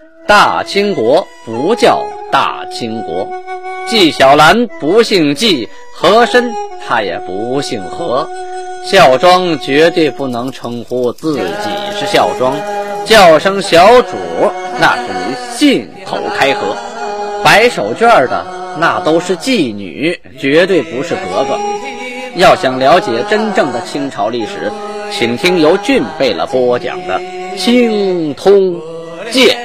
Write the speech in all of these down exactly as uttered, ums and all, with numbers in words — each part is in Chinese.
大清国不叫大清国，纪晓岚不姓纪，和珅他也不姓和。孝庄绝对不能称呼自己是孝庄，叫声小主那是你信口开河。白手绢的那都是妓女，绝对不是格格。要想了解真正的清朝历史，请听由俊贝勒播讲的《清通鉴》。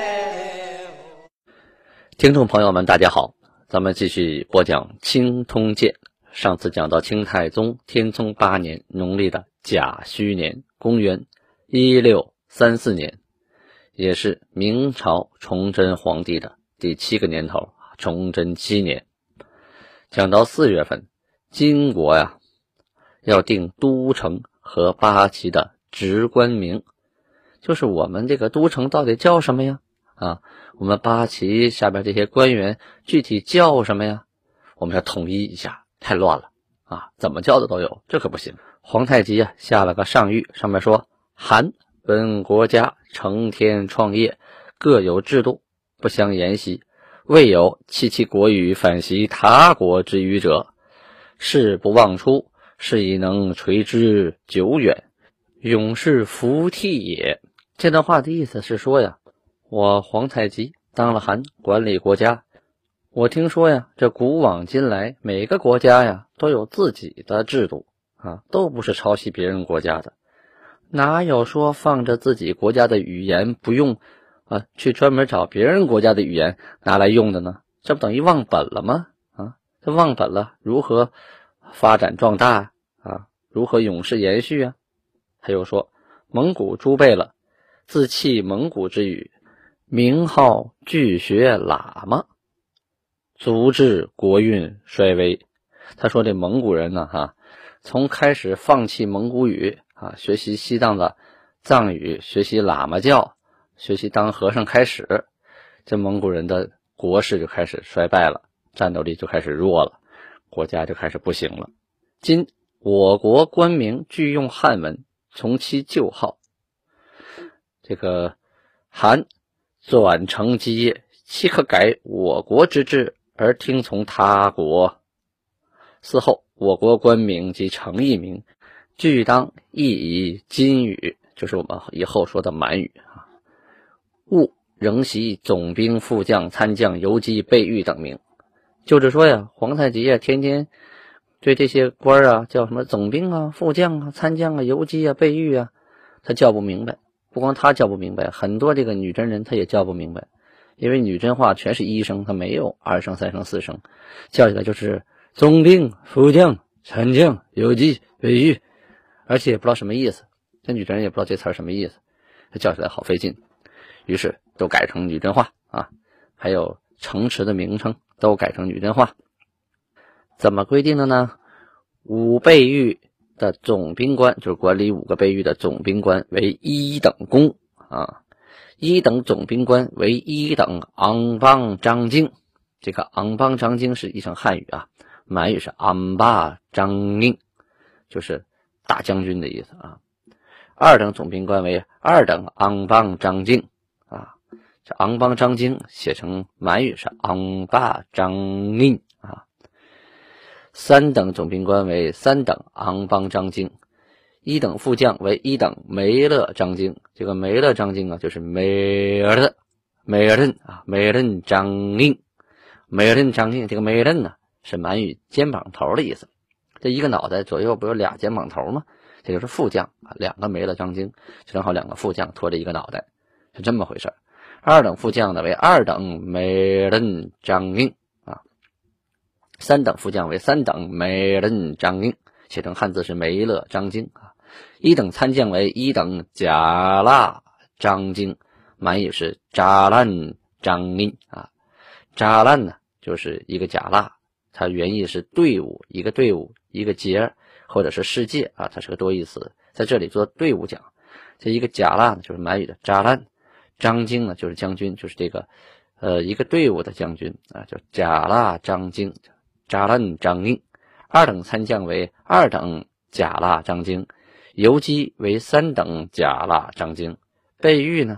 听众朋友们大家好，咱们继续播讲《清通鉴》。上次讲到清太宗天聪八年农历的甲戌年，公元一六三四年，也是明朝崇祯皇帝的第七个年头，崇祯七年。讲到四月份，金国呀要定都城和八旗的职官名，就是我们这个都城到底叫什么呀？啊，我们八旗下边这些官员具体叫什么呀？我们要统一一下，太乱了啊！怎么叫的都有，这可不行。皇太极啊下了个上谕，上面说：韩本国家承天创业，各有制度，不相沿袭，未有弃其国语反袭他国之语者，誓不忘出，是以能垂之久远，永世服替也。这段话的意思是说呀，我皇太极当了韩，管理国家。我听说呀，这古往今来，每个国家呀都有自己的制度啊，都不是抄袭别人国家的。哪有说放着自己国家的语言不用啊，去专门找别人国家的语言拿来用的呢？这不等于忘本了吗？啊，这忘本了，如何发展壮大啊？如何永世延续啊？还有说，蒙古诸贝勒自弃蒙古之语，名号俱学喇嘛，足致国运衰微。他说这蒙古人呢，哈、啊，从开始放弃蒙古语啊，学习西藏的藏语，学习喇嘛教，学习当和尚开始，这蒙古人的国势就开始衰败了，战斗力就开始弱了，国家就开始不行了。今我国官名俱用汉文，从其旧号。这个韩转承基业，岂可改我国之制而听从他国？嗣后我国官名及诚意名俱当译以金语，就是我们以后说的满语啊。勿仍袭总兵、副将、参将、游击、备御等名。就是说呀，皇太极呀天天对这些官啊叫什么总兵啊、副将啊、参将啊、游击啊、备御啊，他叫不明白。不光他叫不明白，很多这个女真人他也叫不明白，因为女真话全是一声，他没有二声、三声、四声，叫起来就是总兵、副将、参将、游击、备御，而且也不知道什么意思，这女真人也不知道这词儿什么意思，叫起来好费劲，于是都改成女真话啊，还有城池的名称都改成女真话。怎么规定的呢？五备御的总兵官，就是管理五个备御的总兵官为一等功啊，一等总兵官为一等昂邦张京。这个昂邦张京是一声汉语啊，满语是昂巴张英，就是大将军的意思啊。二等总兵官为二等昂邦张京啊，这昂邦张京写成满语是昂巴张英啊。三等总兵官为三等昂邦张京，一等副将为一等梅勒张京。这个梅勒张京啊，就是梅尔的梅尔顿啊，梅尔顿张英，梅尔顿张英。这个梅尔顿呢是满语肩膀头的意思。这一个脑袋左右不有俩肩膀头吗？这就是副将啊，两个梅勒张京，正好两个副将拖着一个脑袋，是这么回事。二等副将呢为二等梅尔顿张英。三等副将为三等梅勒张英，写成汉字是梅勒张京啊。一等参将为一等贾剌张京，满语是扎烂张英啊。扎烂呢就是一个贾剌，它原意是队伍，一个队伍，一个节或者是世界啊，它是个多义词，在这里做队伍讲。这一个贾剌呢就是满语的扎烂，张京呢就是将军，就是这个呃一个队伍的将军啊，叫贾剌张京。扎烂张英。二等参将为二等贾剌张京，游击为三等贾剌张京，备御呢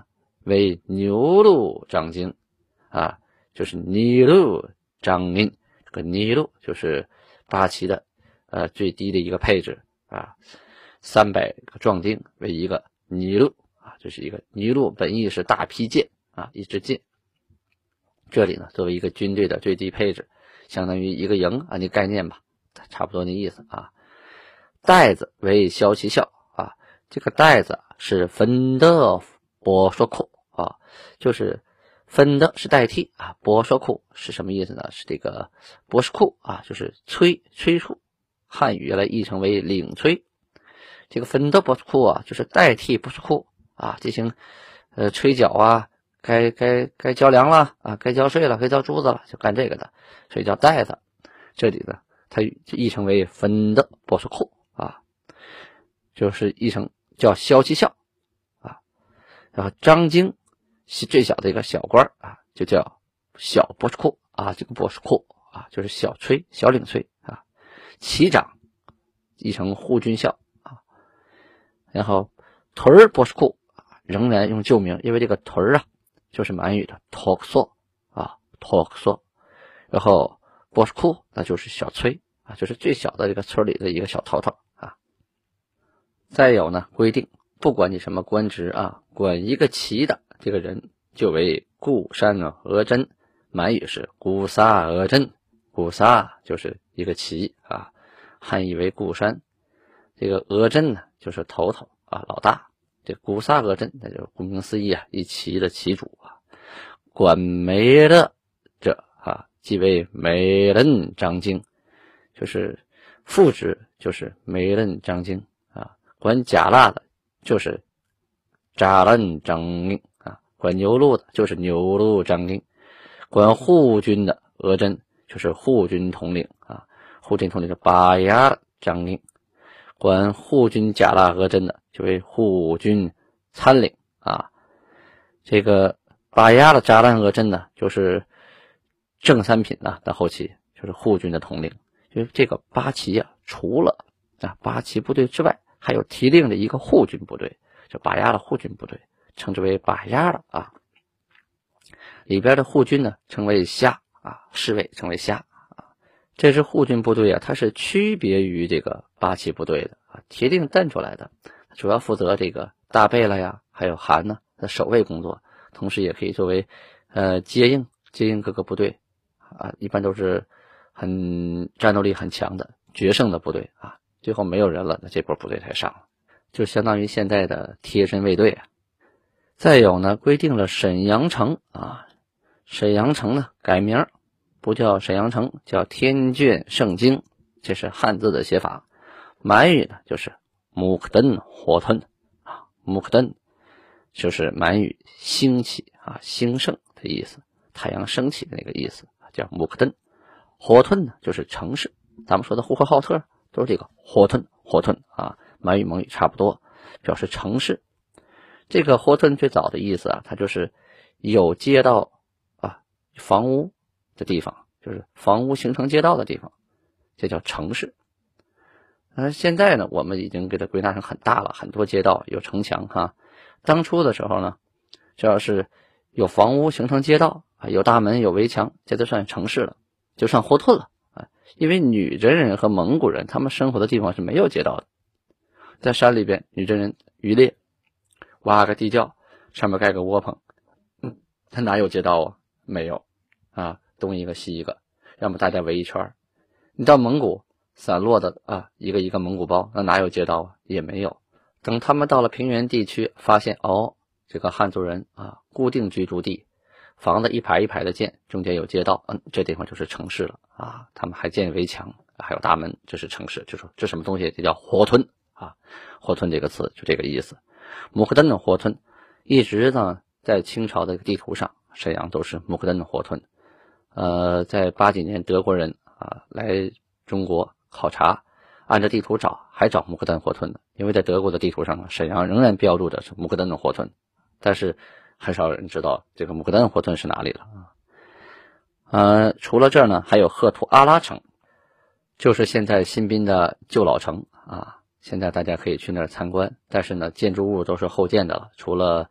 为牛鹿张经啊，就是尼禄张印。这个尼禄就是八旗的呃最低的一个配置啊，三百个壮丁为一个尼禄啊，这是一个尼禄，本意是大披剑啊，一支箭。这里呢，作为一个军队的最低配置，相当于一个营啊，你概念吧，差不多那意思啊。带子为骁骑校啊，这个带子是分的博说库啊，就是分的是代替啊，博说库是什么意思呢？是这个博士库啊，就是催催促，汉语来译成为领催。这个分的博士库啊，就是代替博士库啊，进行呃催缴啊。该该该交粮了啊，该交税了，该交珠子了，就干这个的，所以叫带子。这里呢，它译成为分的博士库啊，就是译成叫骁骑校啊。然后张经是最小的一个小官啊，就叫小博士库啊，这个博士库啊，就是小崔小领崔啊。骑长译成护军校啊，然后屯儿博士库仍然用旧名，因为这个屯儿啊。就是满语的托克索啊，托克索，然后博士库那就是小崔啊，就是最小的这个村里的一个小头头啊。再有呢，规定不管你什么官职啊，管一个旗的这个人就为固山额真，满语是固萨额真，固萨就是一个旗啊，汉译为固山。这个额真呢，就是头头啊，老大。这固萨额真，那就顾名思义啊，一旗的旗主啊。管梅勒者啊，即为梅任张经，就是副职就是梅任张经啊。管甲腊的就是扎任张印啊，管牛鹿的就是牛鹿张印。管护军的额真就是护军统领啊，护军统领是巴牙张印。管护军甲腊额真的就为护军参领啊，这个巴牙的扎兰额真呢，就是正三品啊的后期，就是护军的统领。就是这个八旗啊，除了啊八旗部队之外，还有提令的一个护军部队，就巴牙的护军部队，称之为巴牙的啊。里边的护军呢，称为虾啊，侍卫称为虾啊。这支护军部队啊，它是区别于这个八旗部队的啊，提令诞出来的。主要负责这个大贝勒呀，还有韩呢的守卫工作，同时也可以作为呃接应接应各个部队啊，一般都是很战斗力很强的决胜的部队啊。最后没有人了，那这波部队才上了，就相当于现在的贴身卫队啊。再有呢，规定了沈阳城啊，沈阳城呢改名，不叫沈阳城，叫天眷圣经，这是汉字的写法。满语呢就是木克登火吞啊，木克登就是满语兴起啊，兴盛的意思，太阳升起的那个意思，叫木克登。火吞呢就是城市，咱们说的呼和浩特都是这个火吞火吞啊，满语蒙语差不多，表示城市。这个火吞最早的意思啊，它就是有街道啊，房屋的地方，就是房屋形成街道的地方，这叫城市。呃，现在呢，我们已经给它归纳成很大了，很多街道有城墙哈。当初的时候呢，只要是有房屋形成街道啊，有大门有围墙，这就算城市了，就算火吞了啊。因为女真人和蒙古人他们生活的地方是没有街道的，在山里边，女真人渔猎，挖个地窖，上面盖个窝棚，嗯，他哪有街道啊？没有啊，东一个西一个，要么大家围一圈。你到蒙古散落的啊，一个一个蒙古包，那哪有街道啊？也没有。等他们到了平原地区，发现哦，这个汉族人啊，固定居住地，房子一排一排的建，中间有街道，嗯，这地方就是城市了啊。他们还建围墙，还有大门，这是城市。就说这什么东西？这叫火吞啊，火吞这个词就这个意思。木克登的火吞，一直呢在清朝的地图上，沈阳都是木克登的火吞。呃，在八几年德国人啊来中国考察，按照地图找，还找木克登火吞呢。因为在德国的地图上呢，沈阳仍然标注的是木克登的火吞，但是很少人知道这个木克登火吞是哪里了啊。呃，除了这儿呢，还有赫图阿拉城，就是现在新宾的旧老城啊。现在大家可以去那儿参观，但是呢，建筑物都是后建的了，除了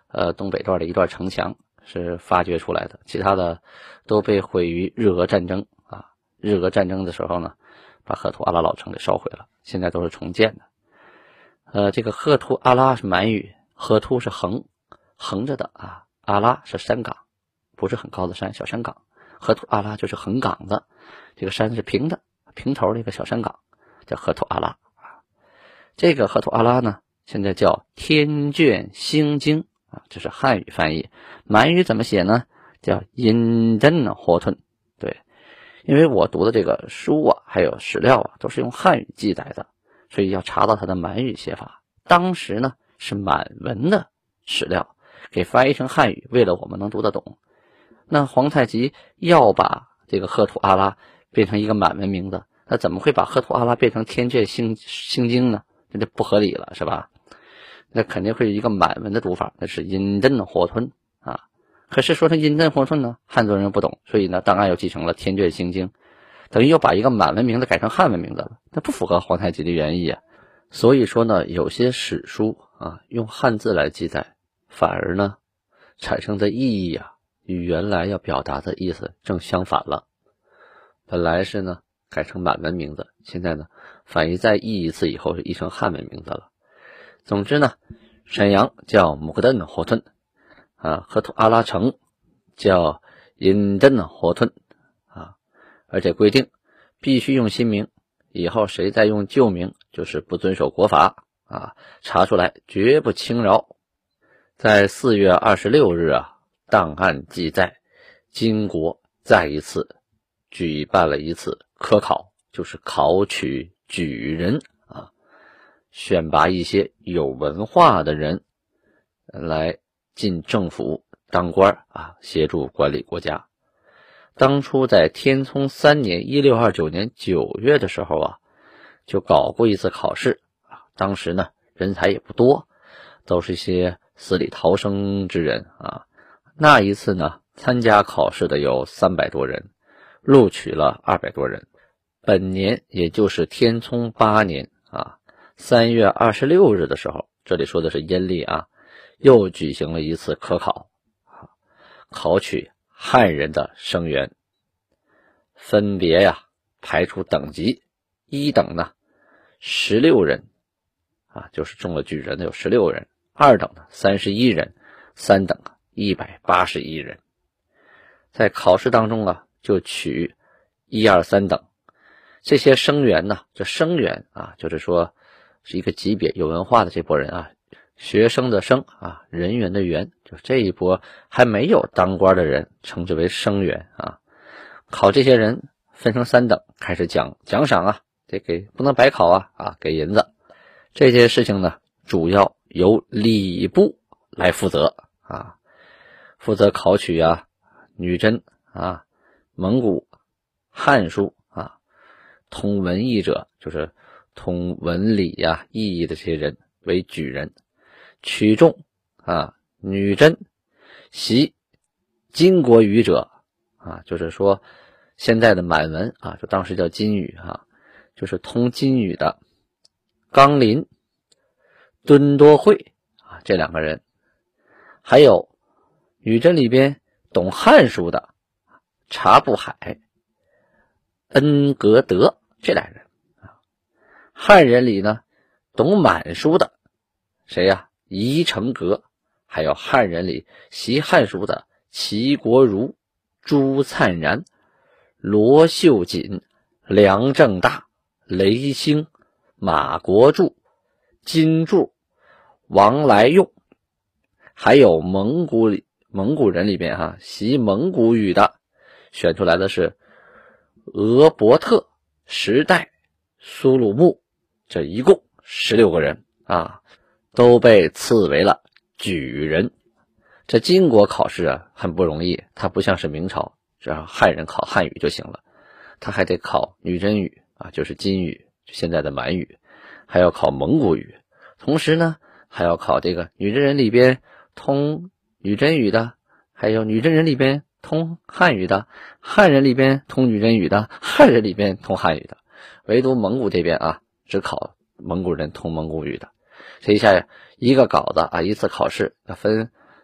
呃东北段的一段城墙是发掘出来的，其他的都被毁于日俄战争啊。日俄战争的时候呢，把赫图阿拉老城给烧毁了，现在都是重建的。呃，这个赫图阿拉是满语，赫图是横横着的啊，阿拉是山岗，不是很高的山，小山岗。赫图阿拉就是横岗的，这个山是平的，平头的一个小山岗，叫赫图阿拉啊。这个赫图阿拉呢，现在叫天眷星经啊，这是汉语翻译。满语怎么写呢？叫阴真火吞。对，因为我读的这个书啊，还有史料啊，都是用汉语记载的，所以要查到它的满语写法。当时呢是满文的史料，给翻译成汉语，为了我们能读得懂。那皇太极要把这个赫图阿拉变成一个满文名字，那怎么会把赫图阿拉变成天眷星星经呢？这就不合理了，是吧？那肯定会有一个满文的读法，那是阴真火吞啊。可是说成阴真火吞呢，汉族人不懂，所以呢，档案又继承了天眷星经，等于又把一个满文名字改成汉文名字了，那不符合皇太极的原意啊。所以说呢，有些史书啊，用汉字来记载，反而呢，产生的意义啊，与原来要表达的意思正相反了。本来是呢改成满文名字，现在呢反一再译一次以后是译成汉文名字了。总之呢，沈阳叫木克顿火吞啊，赫图阿拉城叫阴真火吞啊，而且规定必须用新名，以后谁再用旧名就是不遵守国法啊，查出来绝不轻饶。在四月二十六日啊，档案记载，金国再一次举办了一次科考，就是考取举人啊，选拔一些有文化的人来进政府当官啊，协助管理国家。当初在天聪三年一六二九年九月的时候啊，就搞过一次考试啊，当时呢人才也不多，都是一些死里逃生之人啊。那一次呢，参加考试的有三百多人，录取了二百多人。本年也就是天聪八年啊，三月二十六日的时候，这里说的是阴历啊，又举行了一次科考啊，考取汉人的生员，分别呀排出等级，一等呢十六人啊，就是中了举人的有十六人，二等呢三十一人，三等啊一百八十一人。在考试当中啊，就取一二三等这些生员呢，这生员啊，就是说是一个级别有文化的这波人啊，学生的生啊，人员的员，就这一波还没有当官的人，称之为生员啊。考这些人分成三等，开始奖奖赏啊，得给不能白考啊啊，给银子。这件事情呢，主要由礼部来负责啊，负责考取啊女真啊、蒙古、汉书啊，通文义者，就是通文理呀、啊、意义的这些人为举人。取中啊女真习金国语者啊，就是说现在的满文啊，就当时叫金语啊，就是通金语的冈林、敦多惠啊这两个人，还有女真里边懂汉书的察布海、恩格德这俩人啊，汉人里呢懂满书的谁呀、啊？宜成阁，还有汉人里习汉书的齐国儒、朱灿然、罗秀锦、梁正大、雷兴、马国柱、金柱、王来用，还有蒙古里蒙古人里边哈、啊，习蒙古语的选出来的是额伯特、时代、苏鲁木，这一共十六个人啊，都被赐为了举人。这金国考试啊很不容易，它不像是明朝，只要汉人考汉语就行了，他还得考女真语啊，就是金语，现在的满语，还要考蒙古语，同时呢还要考这个女真人里边通女真语的，还有女真人里边通汉语的，汉人里边通女真语的，汉人里边通汉语的，唯独蒙古这边啊只考蒙古人通蒙古语的。这一下一个稿子啊，一次考试要分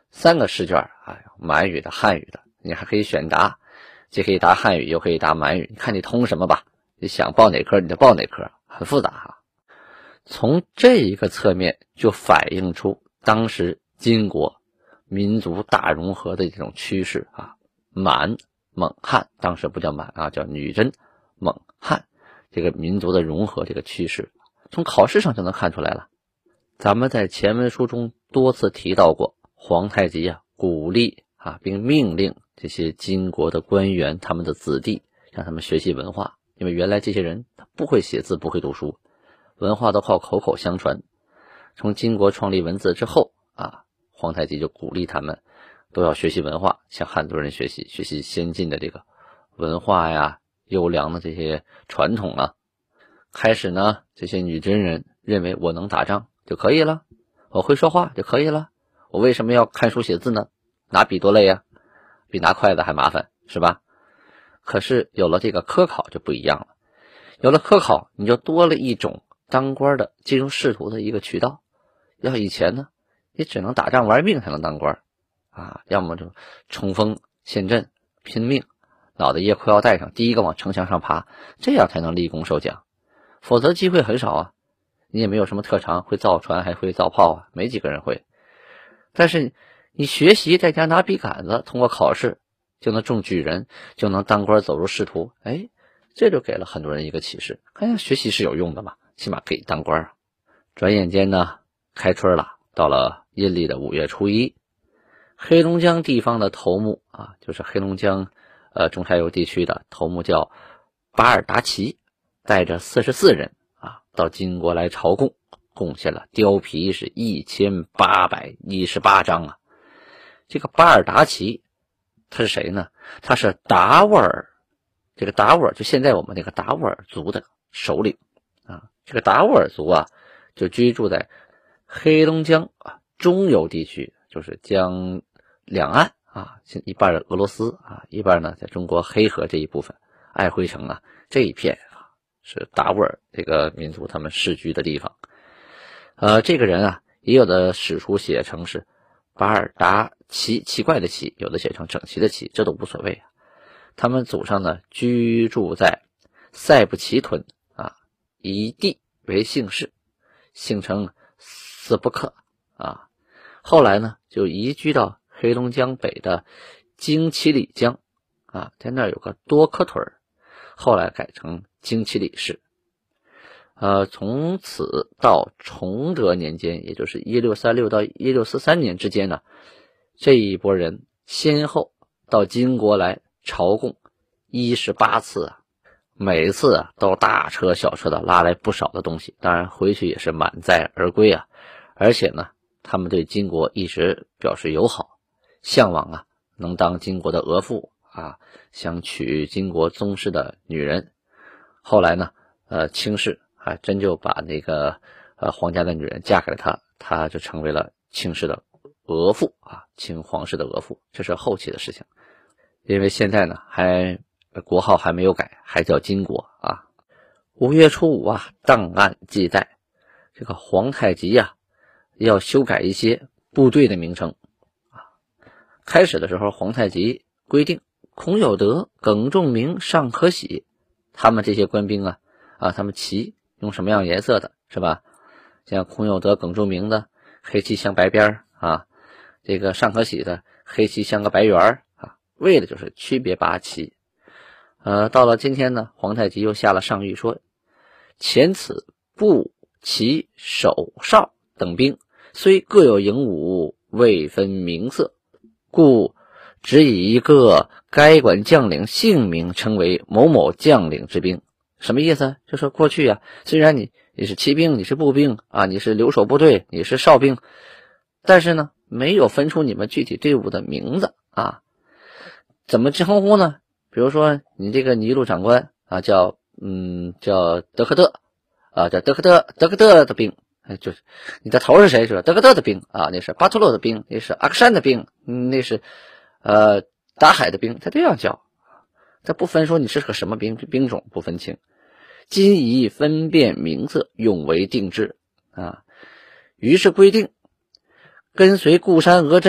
三个试卷啊，满语的、汉语的，你还可以选答，既可以答汉语，又可以答满语，你看你通什么吧，你想报哪科你就报哪科，很复杂哈。从这一个侧面就反映出当时金国民族大融合的这种趋势啊，满蒙汉，当时不叫满啊，叫女真蒙汉，这个民族的融合这个趋势，从考试上就能看出来了。咱们在前文书中多次提到过，皇太极啊鼓励啊并命令这些金国的官员他们的子弟让他们学习文化，因为原来这些人他不会写字不会读书，文化都靠口口相传。从金国创立文字之后啊，皇太极就鼓励他们都要学习文化，向汉族人学习学习先进的这个文化呀，优良的这些传统啊。开始呢，这些女真人认为我能打仗就可以了，我会说话就可以了，我为什么要看书写字呢？拿笔多累呀，比拿筷子还麻烦，是吧？可是有了这个科考就不一样了，有了科考你就多了一种当官的进入仕途的一个渠道。要以前呢，你只能打仗玩命才能当官啊，要么就冲锋陷阵拼命，脑袋掖裤腰带上，第一个往城墙上爬，这样才能立功受奖，否则机会很少啊。你也没有什么特长，会造船还会造炮啊，没几个人会。但是你学习在家拿笔杆子，通过考试就能中举人，就能当官走入仕途，哎，这就给了很多人一个启示，看学习是有用的嘛，起码可以当官啊。转眼间呢，开春了，到了阴历的五月初一，黑龙江地方的头目啊，就是黑龙江呃中下游地区的头目叫巴尔达奇，带着四十四人啊到金国来朝贡，贡献了貂皮是一千八百一十八张啊。这个巴尔达奇他是谁呢？他是达斡尔，这个达斡尔就现在我们那个达斡尔族的首领啊。这个达斡尔族啊就居住在黑龙江啊中游地区，就是江两岸啊，一半的俄罗斯啊，一半呢在中国黑河这一部分，爱辉城啊这一片啊是达斡尔这个民族他们世居的地方。呃，这个人啊，也有的史书写成是巴尔达奇，奇怪的奇，有的写成整齐的齐，这都无所谓啊。他们祖上呢居住在塞布齐屯啊，以地为姓氏，姓称斯布克啊。后来呢就移居到黑龙江北的经七里江啊，在那儿有个多克屯，后来改成经七里市。呃，从此到崇德年间，也就是一六三六到一六四三年之间呢，这一波人先后到金国来朝贡一十八次啊，每次啊都大车小车的拉来不少的东西，当然回去也是满载而归啊。而且呢，他们对金国一直表示友好，向往啊能当金国的额驸啊，想娶金国宗室的女人。后来呢，呃，清室还真就把那个呃皇家的女人嫁给了他，他就成为了清室的额驸啊，清皇室的额驸，这是后期的事情。因为现在呢，还国号还没有改，还叫金国啊。五月初五啊，档案记载，这个皇太极啊，要修改一些部队的名称啊。开始的时候，皇太极规定孔有德、耿仲明、尚可喜，他们这些官兵啊，啊，他们旗用什么样颜色的，是吧？像孔有德、耿仲明的黑旗镶白边啊，这个尚可喜的黑旗镶个白圆啊，为的就是区别八旗。呃，到了今天呢，皇太极又下了上谕说，前此步、骑、手、哨等兵虽各有营伍，未分名色，故只以一个该管将领姓名称为某某将领之兵。什么意思？就说过去啊，虽然你你是骑兵，你是步兵啊，你是留守部队，你是哨兵，但是呢，没有分出你们具体队伍的名字啊。怎么称呼呢？比如说你这个尼禄长官啊，叫嗯叫德克德啊，叫德克德德克德的兵，就是你的头是谁？是德克德的兵啊，那是巴图洛的兵，那是阿克山的兵，嗯、那是呃达海的兵，他这样叫，他不分说你是个什么兵兵种，不分清。今以分辨名色，用为定制啊。于是规定，跟随固山额真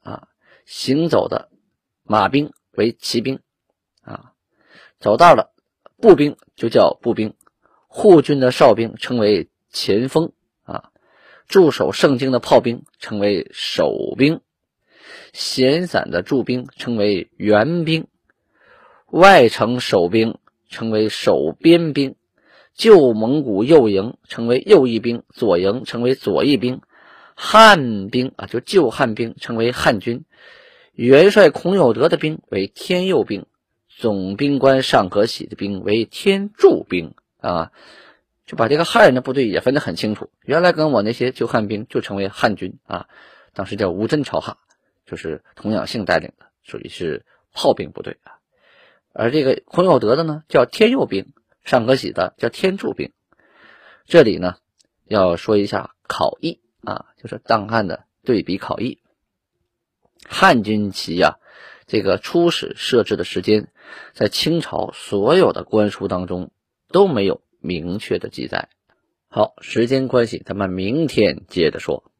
啊，行走的马兵为骑兵啊，走道的步兵就叫步兵，护军的哨兵称为前锋啊，驻守圣经的炮兵称为守兵，闲散的驻兵称为援兵，外城守兵称为守边兵，旧蒙古右营称为右翼兵，左营称为左翼兵，汉兵啊，就旧汉兵称为汉军，元帅孔有德的兵为天佑兵，总兵官尚可喜的兵为天柱兵啊，就把这个汉人的部队也分得很清楚。原来跟我那些旧汉兵就称为汉军啊，当时叫吴真朝哈，就是童养性带领的，属于是炮兵部队啊。而这个孔有德的呢叫天佑兵，尚可喜的叫天柱兵。这里呢要说一下考异啊，就是档案的对比考异。汉军旗啊，这个初始设置的时间，在清朝所有的官书当中都没有明确的记载。好，时间关系，咱们明天接着说。